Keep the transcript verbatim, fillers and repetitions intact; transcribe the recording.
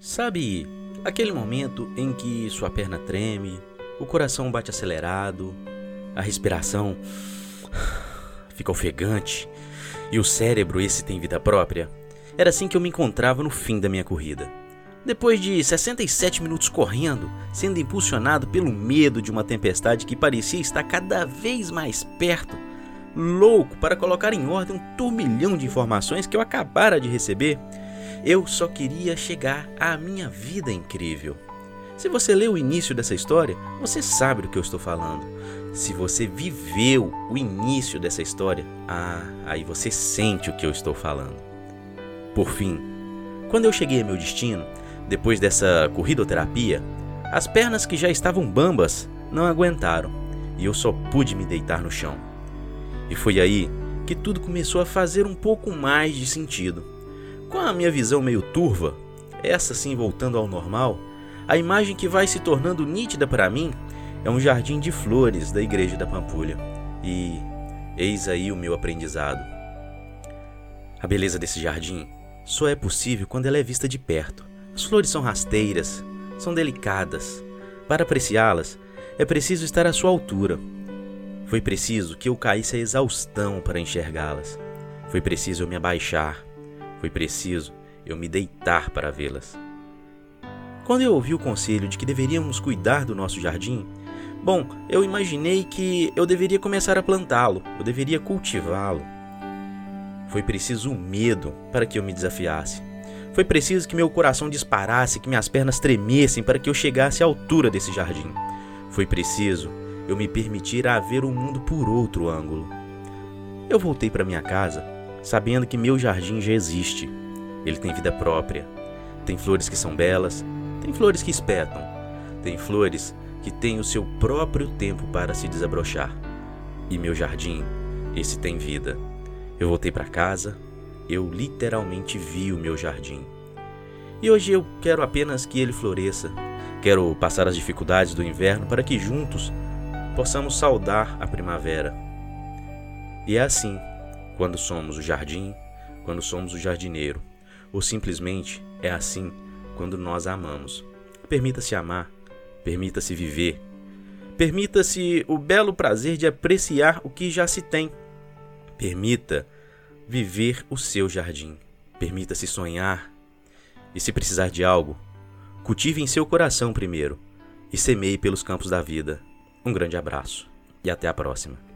Sabe, aquele momento em que sua perna treme, o coração bate acelerado, a respiração fica ofegante e o cérebro, esse tem vida própria? Era assim que eu me encontrava no fim da minha corrida. Depois de sessenta e sete minutos correndo, sendo impulsionado pelo medo de uma tempestade que parecia estar cada vez mais perto, louco para colocar em ordem um turbilhão de informações que eu acabara de receber, eu só queria chegar à minha vida incrível. Se você leu o início dessa história, você sabe do que eu estou falando. Se você viveu o início dessa história, ah, aí você sente o que eu estou falando. Por fim, quando eu cheguei ao meu destino, depois dessa corridoterapia, as pernas que já estavam bambas não aguentaram e eu só pude me deitar no chão. E foi aí que tudo começou a fazer um pouco mais de sentido. Com a minha visão meio turva, essa sim voltando ao normal, a imagem que vai se tornando nítida para mim é um jardim de flores da igreja da Pampulha. E eis aí o meu aprendizado. A beleza desse jardim só é possível quando ela é vista de perto. As flores são rasteiras, são delicadas. Para apreciá-las, é preciso estar à sua altura. Foi preciso que eu caísse a exaustão para enxergá-las. Foi preciso eu me abaixar. Foi preciso eu me deitar para vê-las. Quando eu ouvi o conselho de que deveríamos cuidar do nosso jardim, bom, eu imaginei que eu deveria começar a plantá-lo, eu deveria cultivá-lo. Foi preciso um medo para que eu me desafiasse. Foi preciso que meu coração disparasse, que minhas pernas tremessem para que eu chegasse à altura desse jardim. Foi preciso eu me permitir a ver o mundo por outro ângulo. Eu voltei para minha casa, sabendo que meu jardim já existe. Ele tem vida própria. Tem flores que são belas, tem flores que espetam, tem flores que têm o seu próprio tempo para se desabrochar. E meu jardim, esse tem vida. Eu voltei para casa, eu literalmente vi o meu jardim. E hoje eu quero apenas que ele floresça. Quero passar as dificuldades do inverno para que juntos possamos saudar a primavera. E é assim, quando somos o jardim, quando somos o jardineiro, ou simplesmente é assim quando nós amamos. Permita-se amar, permita-se viver, permita-se o belo prazer de apreciar o que já se tem. Permita viver o seu jardim, permita-se sonhar, e se precisar de algo, cultive em seu coração primeiro e semeie pelos campos da vida. Um grande abraço e até a próxima.